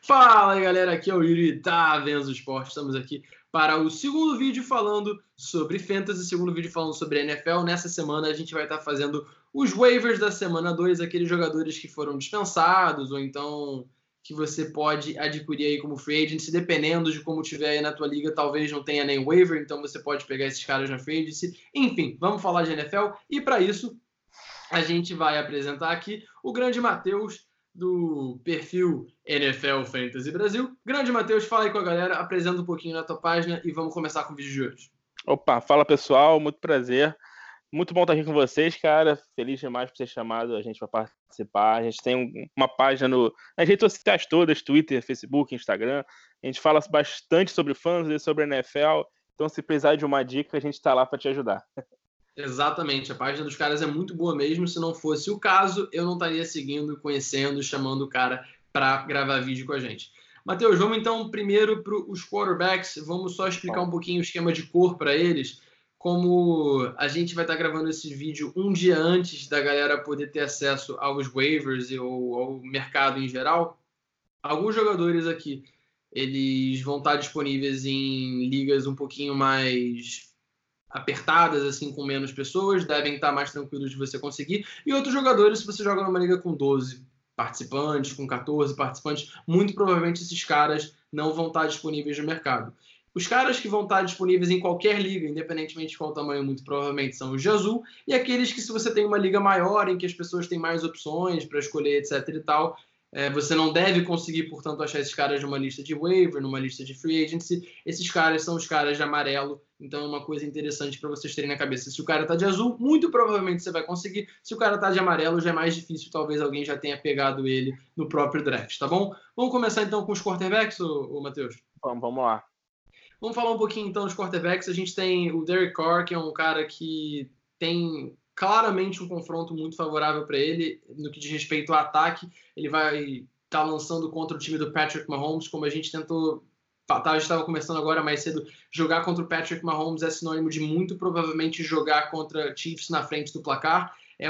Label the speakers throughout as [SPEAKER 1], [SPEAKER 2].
[SPEAKER 1] Fala aí, galera, aqui é o Yuri da Venzo Esporte. Estamos aqui para o segundo vídeo falando sobre Fantasy, segundo vídeo falando sobre NFL. Nessa semana a gente vai estar fazendo os waivers da semana 2, aqueles jogadores que foram dispensados ou então que você pode adquirir aí como free agency, dependendo de como tiver aí na tua liga, talvez não tenha nem waiver, então você pode pegar esses caras na free agency. Enfim, vamos falar de NFL e para isso a gente vai apresentar aqui o grande Matheus do perfil NFL Fantasy Brasil. Grande Matheus, fala aí com a galera, apresenta um pouquinho na tua página e vamos começar com o vídeo de hoje.
[SPEAKER 2] Opa, fala pessoal, muito prazer. Muito bom estar aqui com vocês, cara. Feliz demais por ter chamado a gente para participar. A gente tem uma página nas redes sociais todas, Twitter, Facebook, Instagram. A gente fala bastante sobre fantasy, sobre NFL. Então, se precisar de uma dica, a gente está lá para te ajudar.
[SPEAKER 1] Exatamente, a página dos caras é muito boa mesmo. Se não fosse o caso, eu não estaria seguindo, conhecendo, chamando o cara para gravar vídeo com a gente. Matheus, vamos então primeiro para os quarterbacks. Vamos só explicar um pouquinho o esquema de cor para eles. Como a gente vai estar gravando esse vídeo um dia antes da galera poder ter acesso aos waivers ou ao mercado em geral, alguns jogadores aqui eles vão estar disponíveis em ligas um pouquinho mais apertadas, assim, com menos pessoas, devem estar mais tranquilos de você conseguir. E outros jogadores, se você joga numa liga com 12 participantes, com 14 participantes, muito provavelmente esses caras não vão estar disponíveis no mercado. Os caras que vão estar disponíveis em qualquer liga, independentemente de qual tamanho, muito provavelmente são os de azul, e aqueles que, se você tem uma liga maior, em que as pessoas têm mais opções para escolher, etc e tal, você não deve conseguir, portanto, achar esses caras numa lista de waiver, numa lista de free agency. Esses caras são os caras de amarelo, então é uma coisa interessante para vocês terem na cabeça. Se o cara tá de azul, muito provavelmente você vai conseguir. Se o cara tá de amarelo, já é mais difícil, talvez alguém já tenha pegado ele no próprio draft, tá bom? Vamos começar então com os quarterbacks, ô Matheus?
[SPEAKER 2] Vamos lá.
[SPEAKER 1] Vamos falar um pouquinho então dos quarterbacks. A gente tem o Derek Carr, que é um cara que tem claramente um confronto muito favorável para ele no que diz respeito ao ataque. Ele vai estar lançando contra o time do Patrick Mahomes, como a gente tentou. A gente estava começando agora mais cedo. Jogar contra o Patrick Mahomes é sinônimo de muito provavelmente jogar contra Chiefs na frente do placar. É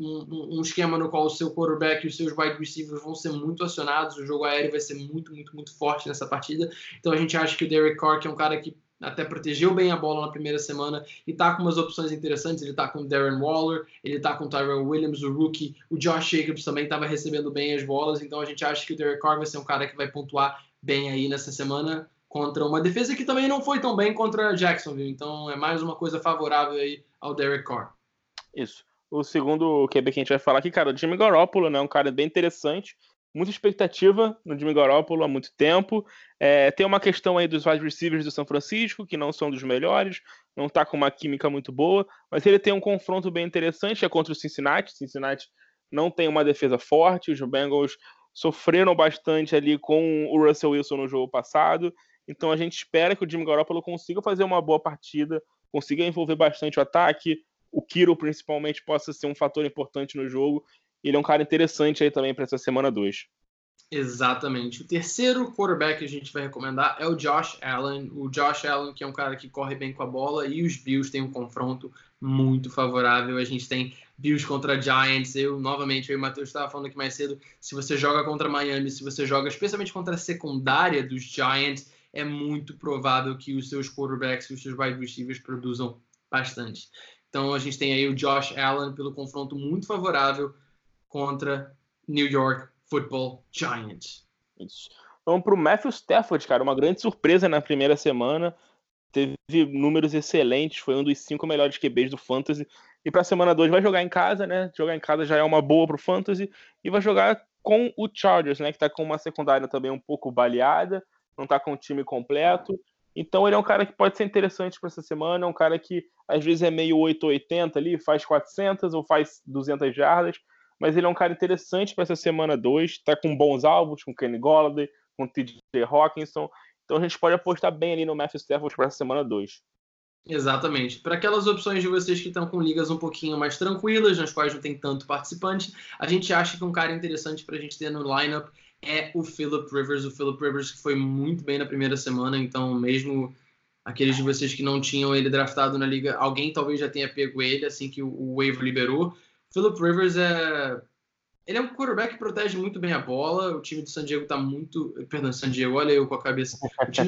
[SPEAKER 1] um esquema no qual o seu quarterback e os seus wide receivers vão ser muito acionados. O jogo aéreo vai ser muito, muito, muito forte nessa partida. Então a gente acha que o Derek Carr, que é um cara que até protegeu bem a bola na primeira semana e tá com umas opções interessantes. Ele tá com o Darren Waller, ele tá com o Tyrell Williams, o rookie. O Josh Jacobs também estava recebendo bem as bolas. Então a gente acha que o Derek Carr vai ser um cara que vai pontuar bem aí nessa semana contra uma defesa que também não foi tão bem contra Jacksonville. Então é mais uma coisa favorável aí ao Derek Carr.
[SPEAKER 2] Isso. O segundo QB que a gente vai falar aqui, cara, o Jimmy Garoppolo, né? Um cara bem interessante. Muita expectativa no Jimmy Garoppolo há muito tempo. Tem uma questão aí dos wide receivers do São Francisco, que não são dos melhores, não tá com uma química muito boa, mas ele tem um confronto bem interessante, é contra o Cincinnati. Cincinnati não tem uma defesa forte, os Bengals sofreram bastante ali com o Russell Wilson no jogo passado, então a gente espera que o Jimmy Garoppolo consiga fazer uma boa partida, consiga envolver bastante o ataque, o Kiro principalmente possa ser um fator importante no jogo. Ele é um cara interessante aí também para essa semana 2.
[SPEAKER 1] Exatamente. O terceiro quarterback que a gente vai recomendar é o Josh Allen. O Josh Allen, que é um cara que corre bem com a bola, e os Bills têm um confronto muito favorável. A gente tem Bills contra Giants. Eu e o Matheus estava falando aqui mais cedo, se você joga contra Miami, se você joga especialmente contra a secundária dos Giants, é muito provável que os seus quarterbacks e os seus wide receivers produzam bastante. Então a gente tem aí o Josh Allen pelo confronto muito favorável contra New York Football Giants.
[SPEAKER 2] Isso. Vamos para o Matthew Stafford, cara, uma grande surpresa na primeira semana, teve números excelentes, foi um dos 5 melhores QBs do Fantasy, e para a semana 2 vai jogar em casa, né, jogar em casa já é uma boa para o Fantasy, e vai jogar com o Chargers, né, que está com uma secundária também um pouco baleada, não está com o time completo, então ele é um cara que pode ser interessante para essa semana, é um cara que às vezes é meio 880 ali, faz 400 ou faz 200 jardas, mas ele é um cara interessante para essa semana 2, tá com bons alvos, com Kenny Golladay, com TJ Hawkinson, então a gente pode apostar bem ali no Matthew Stafford para essa semana 2.
[SPEAKER 1] Exatamente. Para aquelas opções de vocês que estão com ligas um pouquinho mais tranquilas, nas quais não tem tanto participante, a gente acha que um cara interessante para a gente ter no lineup é o Philip Rivers. O Philip Rivers que foi muito bem na primeira semana, então mesmo aqueles de vocês que não tinham ele draftado na liga, alguém talvez já tenha pego ele assim que o waiver liberou. Philip Rivers é Ele é um quarterback que protege muito bem a bola. O time do San Diego tá muito... Perdão, San Diego, olha eu com a cabeça. O time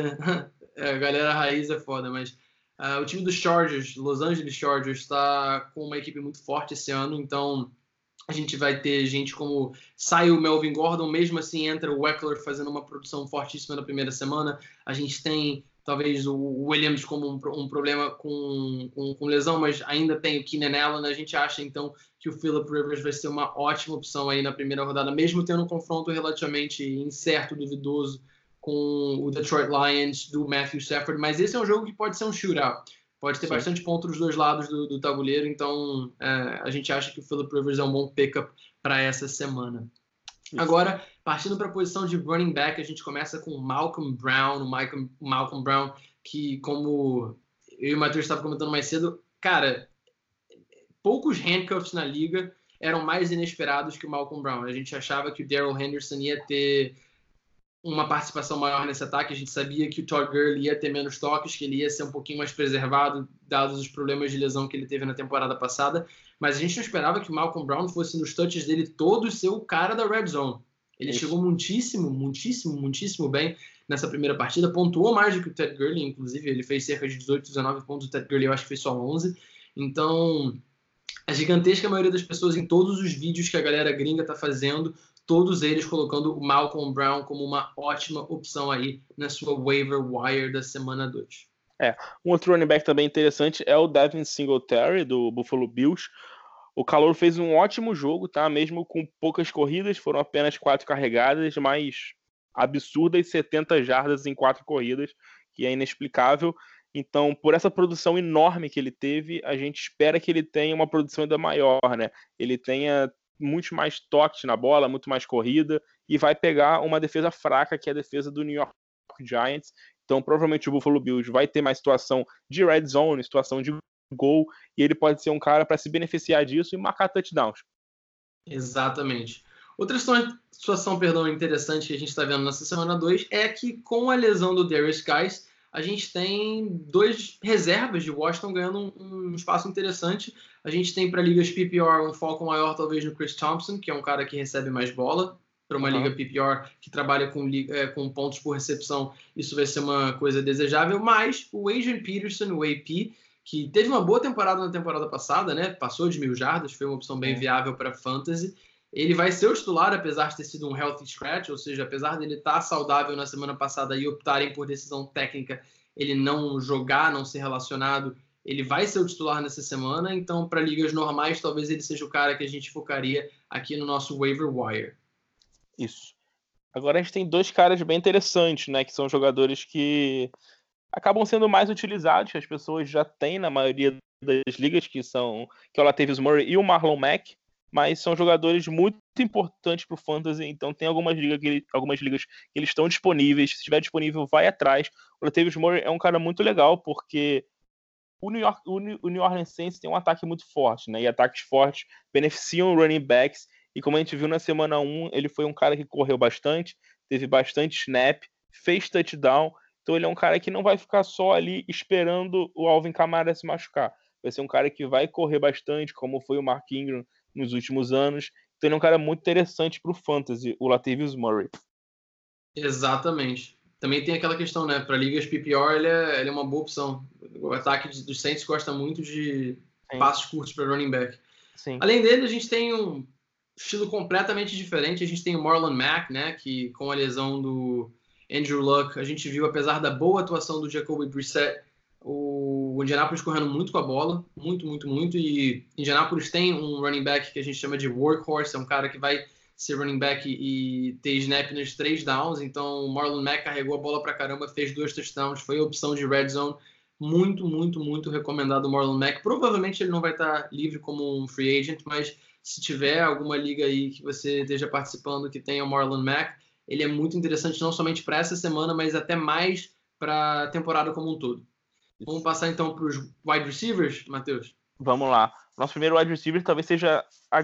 [SPEAKER 1] a galera raiz é foda, mas... o time dos Chargers, Los Angeles Chargers, está com uma equipe muito forte esse ano, então a gente vai ter gente como sai o Melvin Gordon, mesmo assim entra o Eckler fazendo uma produção fortíssima na primeira semana. A gente tem talvez o Williams como um problema com lesão, mas ainda tem o Keenan Allen. A gente acha então que o Philip Rivers vai ser uma ótima opção aí na primeira rodada, mesmo tendo um confronto relativamente incerto, duvidoso com o Detroit Lions do Matthew Stafford. Mas esse é um jogo que pode ser um shootout. Pode ter
[SPEAKER 2] Sim.
[SPEAKER 1] bastante ponto dos dois lados do tabuleiro, então a gente acha que o Philip Rivers é um bom pickup para essa semana. Isso. Agora, partindo para a posição de running back, a gente começa com o Malcolm Brown, que como eu e o Matheus estavam comentando mais cedo, cara, poucos handcuffs na liga eram mais inesperados que o Malcolm Brown. A gente achava que o Darrell Henderson ia ter uma participação maior nesse ataque. A gente sabia que o Todd Gurley ia ter menos toques, que ele ia ser um pouquinho mais preservado, dados os problemas de lesão que ele teve na temporada passada, mas a gente não esperava que o Malcolm Brown fosse nos touches dele todos ser o cara da red zone. Ele chegou muitíssimo bem nessa primeira partida, pontuou mais do que o Ted Gurley, inclusive ele fez cerca de 18, 19 pontos, o Ted Gurley eu acho que fez só 11, então a gigantesca maioria das pessoas em todos os vídeos que a galera gringa tá fazendo, todos eles colocando o Malcolm Brown como uma ótima opção aí na sua waiver wire da semana 2.
[SPEAKER 2] Um outro running back também interessante é o Devin Singletary, do Buffalo Bills. O calouro fez um ótimo jogo, tá? Mesmo com poucas corridas, foram apenas 4 carregadas, mas absurdas 70 jardas em 4 corridas, que é inexplicável. Então, por essa produção enorme que ele teve, a gente espera que ele tenha uma produção ainda maior, né? Ele tenha muito mais toques na bola, muito mais corrida, e vai pegar uma defesa fraca, que é a defesa do New York Giants. Então, provavelmente o Buffalo Bills vai ter mais situação de red zone, situação de gol, e ele pode ser um cara para se beneficiar disso e marcar touchdowns.
[SPEAKER 1] Exatamente. Outra situação interessante que a gente está vendo nessa semana 2 é que com a lesão do Darius Guice, a gente tem 2 reservas de Washington ganhando um espaço interessante. A gente tem para ligas PPR um foco maior talvez no Chris Thompson, que é um cara que recebe mais bola. Para uma liga PPR que trabalha com pontos por recepção, isso vai ser uma coisa desejável. Mas o Adrian Peterson, o AP, que teve uma boa temporada na temporada passada, né? Passou de 1.000 jardas, foi uma opção bem viável para fantasy. Ele vai ser o titular, apesar de ter sido um healthy scratch, ou seja, apesar dele estar saudável na semana passada e optarem por decisão técnica, ele não jogar, não ser relacionado, ele vai ser o titular nessa semana. Então, para ligas normais, talvez ele seja o cara que a gente focaria aqui no nosso waiver wire.
[SPEAKER 2] Isso. Agora a gente tem 2 caras bem interessantes, né? Que são jogadores que acabam sendo mais utilizados, que as pessoas já têm na maioria das ligas, que é o Latavius Murray e o Marlon Mack, mas são jogadores muito importantes para o fantasy, então tem algumas ligas que eles estão disponíveis, se estiver disponível, vai atrás. O Latavius Murray é um cara muito legal, porque o New Orleans Saints tem um ataque muito forte, né? E ataques fortes beneficiam running backs, e como a gente viu na semana 1, ele foi um cara que correu bastante, teve bastante snap, fez touchdown. Então ele é um cara que não vai ficar só ali esperando o Alvin Kamara se machucar. Vai ser um cara que vai correr bastante, como foi o Mark Ingram nos últimos anos. Então ele é um cara muito interessante para o fantasy, o Latavius Murray.
[SPEAKER 1] Exatamente. Também tem aquela questão, né? Para ligas PPR, ele é uma boa opção. O ataque dos Saints gosta muito de passos curtos para running back.
[SPEAKER 2] Sim.
[SPEAKER 1] Além dele, a gente tem um estilo completamente diferente. A gente tem o Marlon Mack, né? Que com a lesão do Andrew Luck, a gente viu, apesar da boa atuação do Jacoby Brissett, o Indianapolis correndo muito com a bola, muito, e Indianapolis tem um running back que a gente chama de workhorse, é um cara que vai ser running back e ter snap nos 3 downs, então o Marlon Mack carregou a bola pra caramba, fez 2 touchdowns, foi a opção de red zone, muito recomendado o Marlon Mack. Provavelmente ele não vai estar livre como um free agent, mas se tiver alguma liga aí que você esteja participando que tenha o Marlon Mack, ele é muito interessante não somente para essa semana, mas até mais para a temporada como um todo. Vamos passar então para os wide receivers, Matheus?
[SPEAKER 2] Vamos lá. Nosso primeiro wide receiver talvez seja o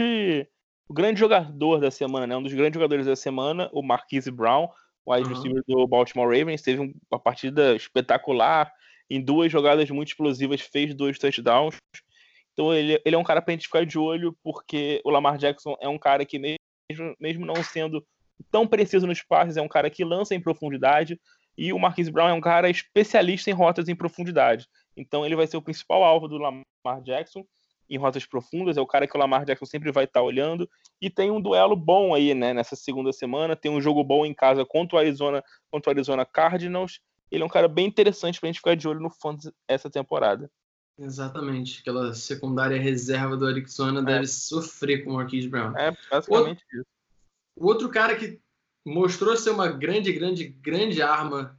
[SPEAKER 2] grande jogador da semana, né? Um dos grandes jogadores da semana, o Marquise Brown, wide receiver do Baltimore Ravens. Teve uma partida espetacular, em 2 jogadas muito explosivas, fez 2 touchdowns. Então ele é um cara pra gente ficar de olho, porque o Lamar Jackson é um cara que mesmo não sendo tão preciso nos passes, é um cara que lança em profundidade, e o Marquise Brown é um cara especialista em rotas em profundidade. Então ele vai ser o principal alvo do Lamar Jackson em rotas profundas, é o cara que o Lamar Jackson sempre vai estar olhando, e tem um duelo bom aí, né, nessa segunda semana, tem um jogo bom em casa contra o Arizona Cardinals. Ele é um cara bem interessante pra gente ficar de olho no Fantasy essa temporada.
[SPEAKER 1] Exatamente. Aquela secundária reserva do Arizona deve sofrer com o Marquise Brown.
[SPEAKER 2] É basicamente isso.
[SPEAKER 1] O outro cara que mostrou ser uma grande arma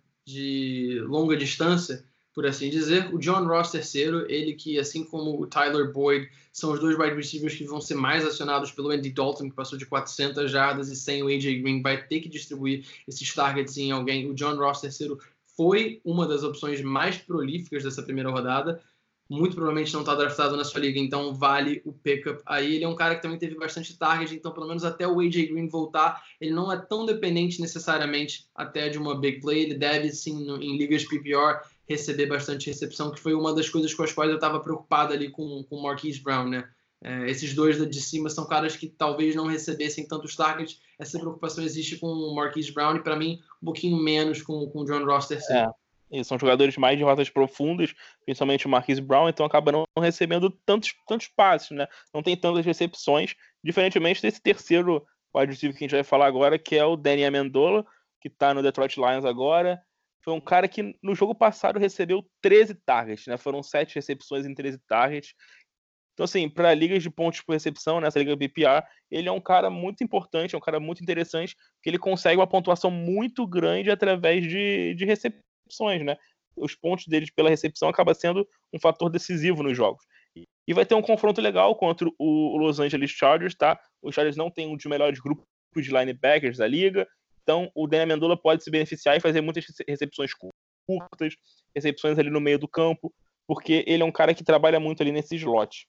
[SPEAKER 1] de longa distância, por assim dizer, o John Ross III, ele que, assim como o Tyler Boyd, são os dois wide receivers que vão ser mais acionados pelo Andy Dalton, que passou de 400 jardas, e sem o AJ Green vai ter que distribuir esses targets em alguém. O John Ross III foi uma das opções mais prolíficas dessa primeira rodada. Muito provavelmente não está draftado na sua liga, então vale o pickup aí. Ele é um cara que também teve bastante target, então pelo menos até o AJ Green voltar, ele não é tão dependente necessariamente até de uma big play. Ele deve sim, em ligas PPR, receber bastante recepção, que foi uma das coisas com as quais eu estava preocupado ali com o Marquise Brown, né? Esses dois de cima são caras que talvez não recebessem tantos targets. Essa preocupação existe com o Marquise Brown e, para mim, um pouquinho menos com o John Ross III.
[SPEAKER 2] E são jogadores mais de rotas profundas, principalmente o Marquise Brown, então acaba não recebendo tantos passes, né? Não tem tantas recepções, diferentemente desse terceiro wide receiver que a gente vai falar agora, que é o Danny Amendola, que tá no Detroit Lions agora. Foi um cara que no jogo passado recebeu 13 targets, né? Foram 7 recepções em 13 targets. Então, assim, para ligas de pontos por recepção, nessa liga PPR, ele é um cara muito importante, é um cara muito interessante, porque ele consegue uma pontuação muito grande através de recepções, né? Os pontos dele pela recepção acaba sendo um fator decisivo nos jogos. E vai ter um confronto legal contra o Los Angeles Chargers, tá? Os Chargers não tem um dos melhores grupos de linebackers da liga, então o Danny Amendola pode se beneficiar e fazer muitas recepções curtas, recepções ali no meio do campo, porque ele é um cara que trabalha muito ali nesse slot.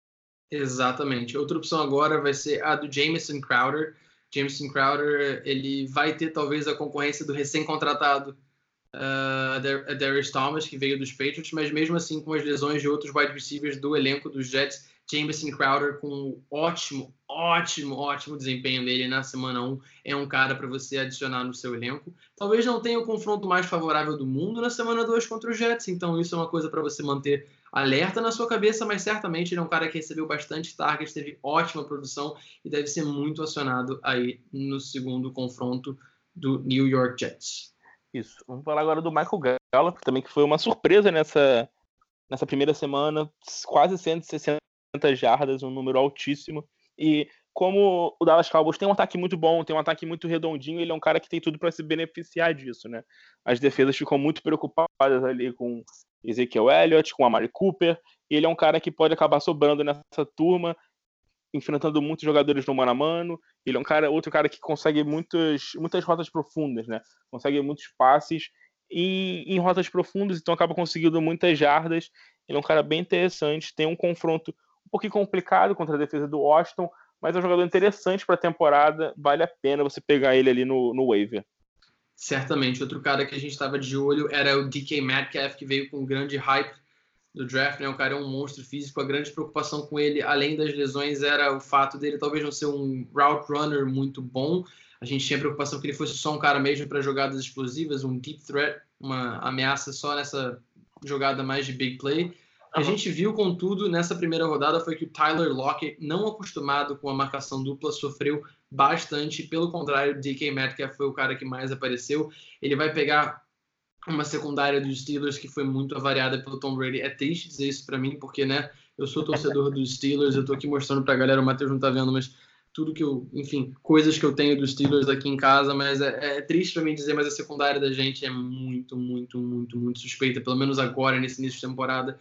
[SPEAKER 1] Exatamente. Outra opção agora vai ser a do Jamison Crowder. Jamison Crowder, ele vai ter talvez a concorrência do recém-contratado Darius Thomas, que veio dos Patriots, mas mesmo assim com as lesões de outros wide receivers do elenco dos Jets, Jamison Crowder com o ótimo desempenho dele na semana 1 é um cara para você adicionar no seu elenco. Talvez não tenha o confronto mais favorável do mundo na semana 2 contra os Jets, então isso é uma coisa para você manter alerta na sua cabeça, mas certamente ele é um cara que recebeu bastante targets, teve ótima produção e deve ser muito acionado aí no segundo confronto do New York Jets.
[SPEAKER 2] Isso. Vamos falar agora do Michael Gallup, também, que foi uma surpresa nessa primeira semana, quase 160 jardas, um número altíssimo. E como o Dallas Cowboys tem um ataque muito bom, tem um ataque muito redondinho, ele é um cara que tem tudo para se beneficiar disso, né? As defesas ficam muito preocupadas ali com Ezekiel Elliott, com Amari Cooper, e ele é um cara que pode acabar sobrando nessa turma, enfrentando muitos jogadores no mano a mano. Ele é outro cara que consegue muitas rotas profundas, né? Consegue muitos passes em rotas profundas, então acaba conseguindo muitas jardas. Ele é um cara bem interessante, tem um confronto um pouquinho complicado contra a defesa do Washington, mas é um jogador interessante para a temporada, vale a pena você pegar ele ali no waiver.
[SPEAKER 1] Certamente. Outro cara que a gente estava de olho era o DK Metcalf, que veio com um grande hype do draft, né? O cara é um monstro físico. A grande preocupação com ele, além das lesões, era o fato dele talvez não ser um route runner muito bom. A gente tinha preocupação que ele fosse só um cara mesmo para jogadas explosivas, um deep threat, uma ameaça só nessa jogada mais de big play. O que a gente viu, contudo, nessa primeira rodada foi que o Tyler Lockett, não acostumado com a marcação dupla, sofreu bastante. Pelo contrário, o DK Metcalf foi o cara que mais apareceu. Ele vai pegar uma secundária dos Steelers que foi muito avariada pelo Tom Brady. É triste dizer isso para mim, porque, né, eu sou torcedor dos Steelers, eu tô aqui mostrando pra galera, o Matheus não tá vendo, mas tudo que eu, enfim, coisas que eu tenho dos Steelers aqui em casa, mas é triste para mim dizer, mas a secundária da gente é muito suspeita, pelo menos agora, nesse início de temporada.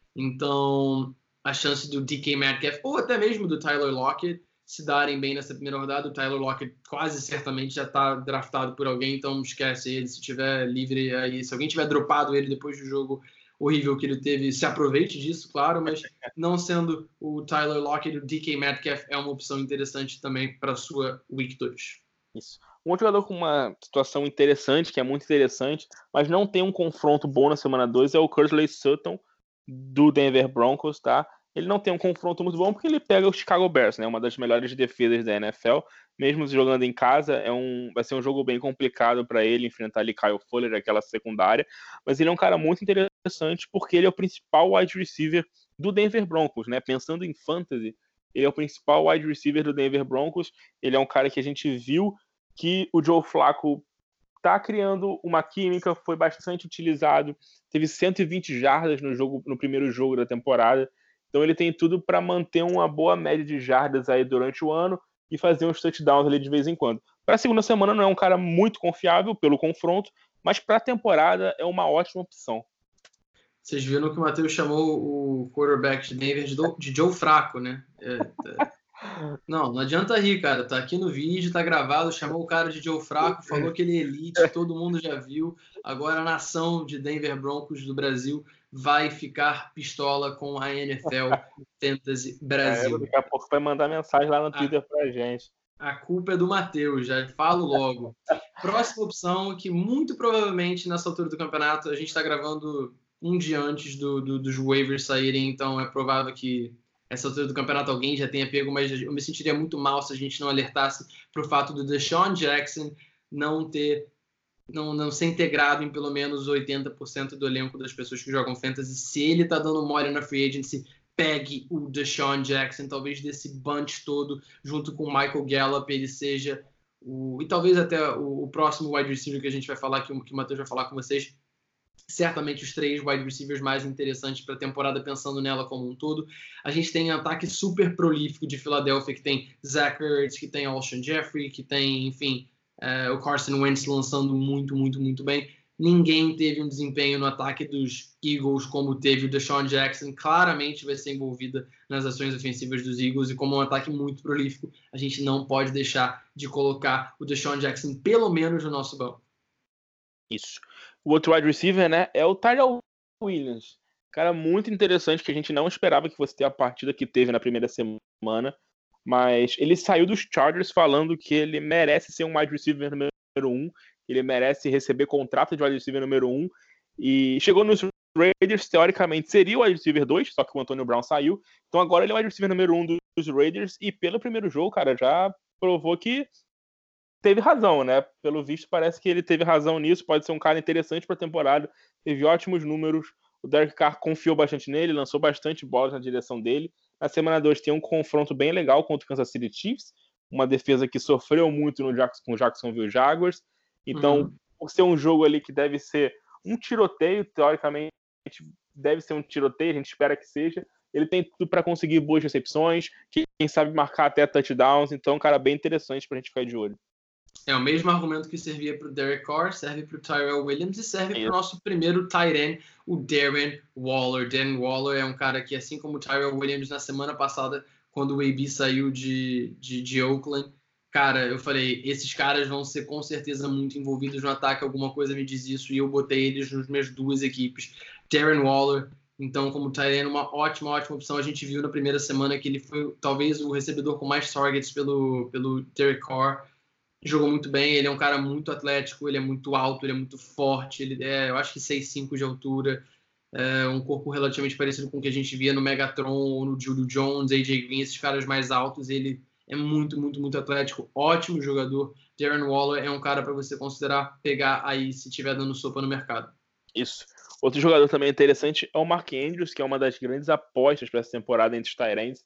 [SPEAKER 1] Então, a chance do DK Metcalf, ou até mesmo do Tyler Lockett, se darem bem nessa primeira rodada. O Tyler Lockett quase certamente já está draftado por alguém, então esquece ele. Se tiver livre aí, se alguém tiver dropado ele depois do jogo horrível que ele teve, se aproveite disso, claro, mas não sendo o Tyler Lockett, o DK Metcalf é uma opção interessante também para a sua Week 2.
[SPEAKER 2] Isso. Um outro jogador com uma situação interessante, que é muito interessante, mas não tem um confronto bom na semana 2, é o Curtis Sutton, do Denver Broncos, tá? ele não tem um confronto muito bom porque ele pega o Chicago Bears, né? Uma das melhores defesas da NFL. Mesmo jogando em casa, vai ser um jogo bem complicado para ele enfrentar ali Kyle Fuller, aquela secundária. Mas ele é um cara muito interessante porque ele é o principal wide receiver do Denver Broncos, né? Pensando em fantasy, ele é o principal wide receiver do Denver Broncos. Ele é um cara que a gente viu que o Joe Flacco tá criando uma química, foi bastante utilizado, teve 120 jardas no primeiro jogo da temporada, então ele tem tudo para manter uma boa média de jardas aí durante o ano e fazer uns touchdowns ali de vez em quando. Para a segunda semana não é um cara muito confiável pelo confronto, mas para a temporada é uma ótima opção.
[SPEAKER 1] Vocês viram que o Matheus chamou o quarterback de Denver de Joe Fraco, né? Não adianta rir, cara. Tá aqui no vídeo, tá gravado, chamou o cara de Joe Fraco, falou que ele é elite, todo mundo já viu. Agora a nação de Denver Broncos do Brasil vai ficar pistola com a NFL Fantasy Brasil.
[SPEAKER 2] Daqui a pouco vai mandar mensagem lá no Twitter pra gente.
[SPEAKER 1] A culpa é do Matheus, já falo logo. Próxima opção, que muito provavelmente nessa altura do campeonato, a gente tá gravando um dia antes dos waivers saírem, então é provável que essa altura do campeonato alguém já tenha pego, mas eu me sentiria muito mal se a gente não alertasse para o fato do DeSean Jackson não ser integrado em pelo menos 80% do elenco das pessoas que jogam fantasy. Se ele tá dando mole na free agency, pegue o DeSean Jackson, talvez desse bunch todo, junto com o Michael Gallup, ele seja e talvez até o próximo wide receiver que a gente vai falar, que o Matheus vai falar com vocês, certamente os 3 wide receivers mais interessantes para a temporada, pensando nela como um todo. A gente tem um ataque super prolífico de Filadélfia, que tem Zach Ertz, que tem Alshon Jeffrey, que tem, enfim, o Carson Wentz lançando muito, muito, muito bem. Ninguém teve um desempenho no ataque dos Eagles como teve o DeSean Jackson. Claramente vai ser envolvida nas ações ofensivas dos Eagles, e como um ataque muito prolífico, a gente não pode deixar de colocar o DeSean Jackson pelo menos no nosso banco.
[SPEAKER 2] Isso. O outro wide receiver, né, é o Tyrell Williams. Cara muito interessante, que a gente não esperava que fosse ter a partida que teve na primeira semana, mas ele saiu dos Chargers falando que ele merece ser um wide receiver número 1, ele merece receber contrato de wide receiver número 1, e chegou nos Raiders, teoricamente seria o wide receiver 2, só que o Antonio Brown saiu, então agora ele é o wide receiver número 1 dos Raiders, e pelo primeiro jogo, cara, já provou que teve razão, né? Pelo visto, parece que ele teve razão nisso. Pode ser um cara interessante para a temporada. Teve ótimos números. O Derek Carr confiou bastante nele, lançou bastante bolas na direção dele. Na semana 2 tem um confronto bem legal contra o Kansas City Chiefs, uma defesa que sofreu muito com o Jacksonville Jaguars. Então, por ser um jogo ali que deve ser um tiroteio, teoricamente deve ser um tiroteio, a gente espera que seja. Ele tem tudo para conseguir boas recepções, quem sabe marcar até touchdowns. Então, um cara bem interessante para a gente ficar de olho.
[SPEAKER 1] É o mesmo argumento que servia para o Derek Carr, serve para o Tyrell Williams e serve para o nosso primeiro tight end, o Darren Waller. Darren Waller é um cara que, assim como o Tyrell Williams na semana passada, quando o AB saiu de Oakland, cara, eu falei, esses caras vão ser com certeza muito envolvidos no ataque, alguma coisa me diz isso, e eu botei eles nas minhas 2 equipes. Darren Waller, então, como tight end, uma ótima opção. A gente viu na primeira semana que ele foi talvez o recebedor com mais targets pelo Derek Carr. Jogou muito bem, ele é um cara muito atlético, ele é muito alto, ele é muito forte, ele eu acho que 6'5" de altura, um corpo relativamente parecido com o que a gente via no Megatron ou no Julio Jones, AJ Green, esses caras mais altos. Ele é muito, muito, muito atlético, ótimo jogador. Darren Waller é um cara para você considerar pegar aí se estiver dando sopa no mercado.
[SPEAKER 2] Isso. Outro jogador também interessante é o Mark Andrews, que é uma das grandes apostas para essa temporada entre os tight ends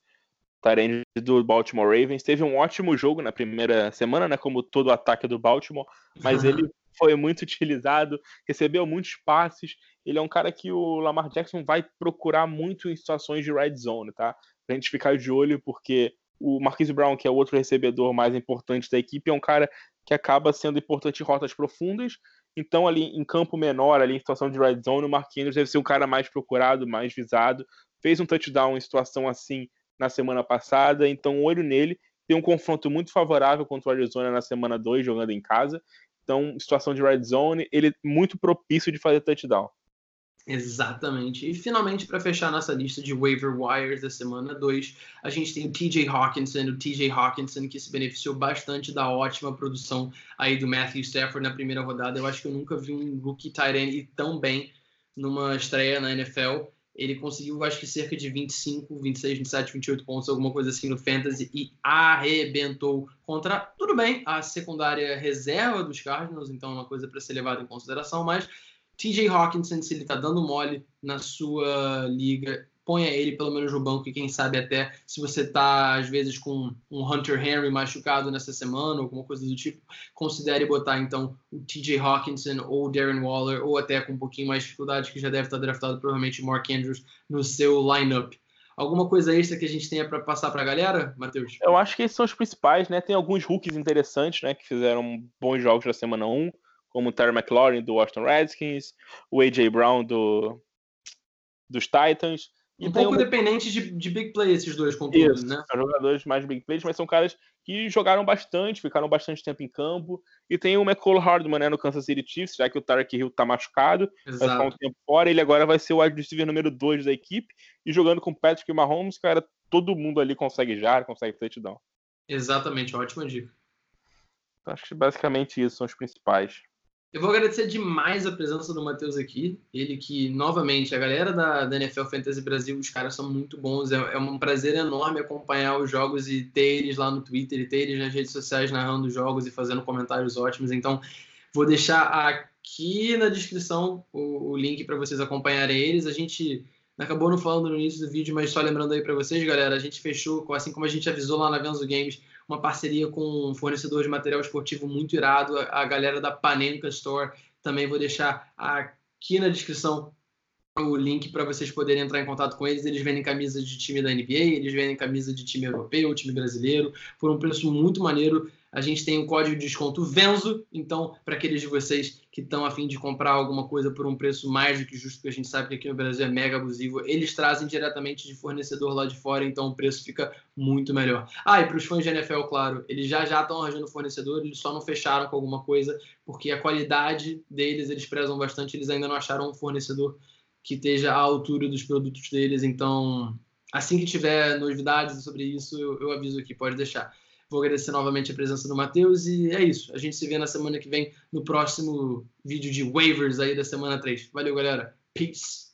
[SPEAKER 2] do Baltimore Ravens. Teve um ótimo jogo na primeira semana, né, como todo o ataque do Baltimore, mas ele foi muito utilizado, recebeu muitos passes. Ele é um cara que o Lamar Jackson vai procurar muito em situações de red zone, tá? Pra gente ficar de olho, porque o Marquise Brown, que é o outro recebedor mais importante da equipe, é um cara que acaba sendo importante em rotas profundas. Então, ali em campo menor, ali em situação de red zone, o Mark Andrews deve ser o cara mais procurado, mais visado. Fez um touchdown em situação assim na semana passada, então olho nele. Tem um confronto muito favorável contra o Arizona na semana 2, jogando em casa. Então, situação de red zone, ele é muito propício de fazer touchdown.
[SPEAKER 1] Exatamente. E finalmente, para fechar nossa lista de waiver wires da semana 2, a gente tem o TJ Hawkinson, que se beneficiou bastante da ótima produção aí do Matthew Stafford na primeira rodada. Eu acho que eu nunca vi um rookie tight end ir tão bem numa estreia na NFL. ele conseguiu, acho que cerca de 25, 26, 27, 28 pontos, alguma coisa assim no Fantasy, e arrebentou contra, tudo bem, a secundária reserva dos Cardinals, então é uma coisa para ser levada em consideração, mas TJ Hawkinson, se ele está dando mole na sua liga, ponha ele pelo menos no banco e quem sabe até se você está às vezes com um Hunter Henry machucado nessa semana ou alguma coisa do tipo, considere botar então o TJ Hawkinson ou o Darren Waller ou até com um pouquinho mais de dificuldade que já deve estar draftado provavelmente Mark Andrews no seu lineup. Alguma coisa extra que a gente tenha para passar para a galera, Matheus?
[SPEAKER 2] Eu acho que esses são os principais, né? Tem alguns rookies interessantes, né? Que fizeram bons jogos na semana 1, como o Terry McLaurin do Washington Redskins, o A.J. Brown dos Titans.
[SPEAKER 1] E pouco dependente de big play esses dois, contudo, né?
[SPEAKER 2] São jogadores mais big plays, mas são caras que jogaram bastante, ficaram bastante tempo em campo. E tem o McCall Hardman, né, no Kansas City Chiefs, já que o Tyreek Hill tá machucado, vai ficar um tempo fora, ele agora vai ser o wide receiver número 2 da equipe, e jogando com Patrick Mahomes, cara, todo mundo ali consegue jarda, consegue touchdown.
[SPEAKER 1] Exatamente, ótima dica.
[SPEAKER 2] Então, acho que basicamente isso são os principais.
[SPEAKER 1] Eu vou agradecer demais a presença do Matheus aqui. Ele que, novamente, a galera da NFL Fantasy Brasil, os caras são muito bons. É um prazer enorme acompanhar os jogos e ter eles lá no Twitter e ter eles nas redes sociais narrando os jogos e fazendo comentários ótimos. Então, vou deixar aqui na descrição o link para vocês acompanharem eles. A gente acabou não falando no início do vídeo, mas só lembrando aí para vocês, galera, a gente fechou, assim como a gente avisou lá na Venzo Games, uma parceria com um fornecedor de material esportivo muito irado, a galera da Panenka Store. Também vou deixar aqui na descrição o link para vocês poderem entrar em contato com eles. Eles vendem camisas de time da NBA, eles vendem camisa de time europeu, time brasileiro, por um preço muito maneiro. A gente tem o código de desconto VENZO, então, para aqueles de vocês que estão a fim de comprar alguma coisa por um preço mais do que justo, porque a gente sabe que aqui no Brasil é mega abusivo, eles trazem diretamente de fornecedor lá de fora, então o preço fica muito melhor. E para os fãs de NFL, claro, eles já estão arranjando fornecedor, eles só não fecharam com alguma coisa, porque a qualidade deles, eles prezam bastante, eles ainda não acharam um fornecedor que esteja à altura dos produtos deles, então assim que tiver novidades sobre isso, eu aviso aqui, pode deixar. Vou agradecer novamente a presença do Matheus e é isso. A gente se vê na semana que vem no próximo vídeo de waivers aí da semana 3. Valeu, galera. Peace.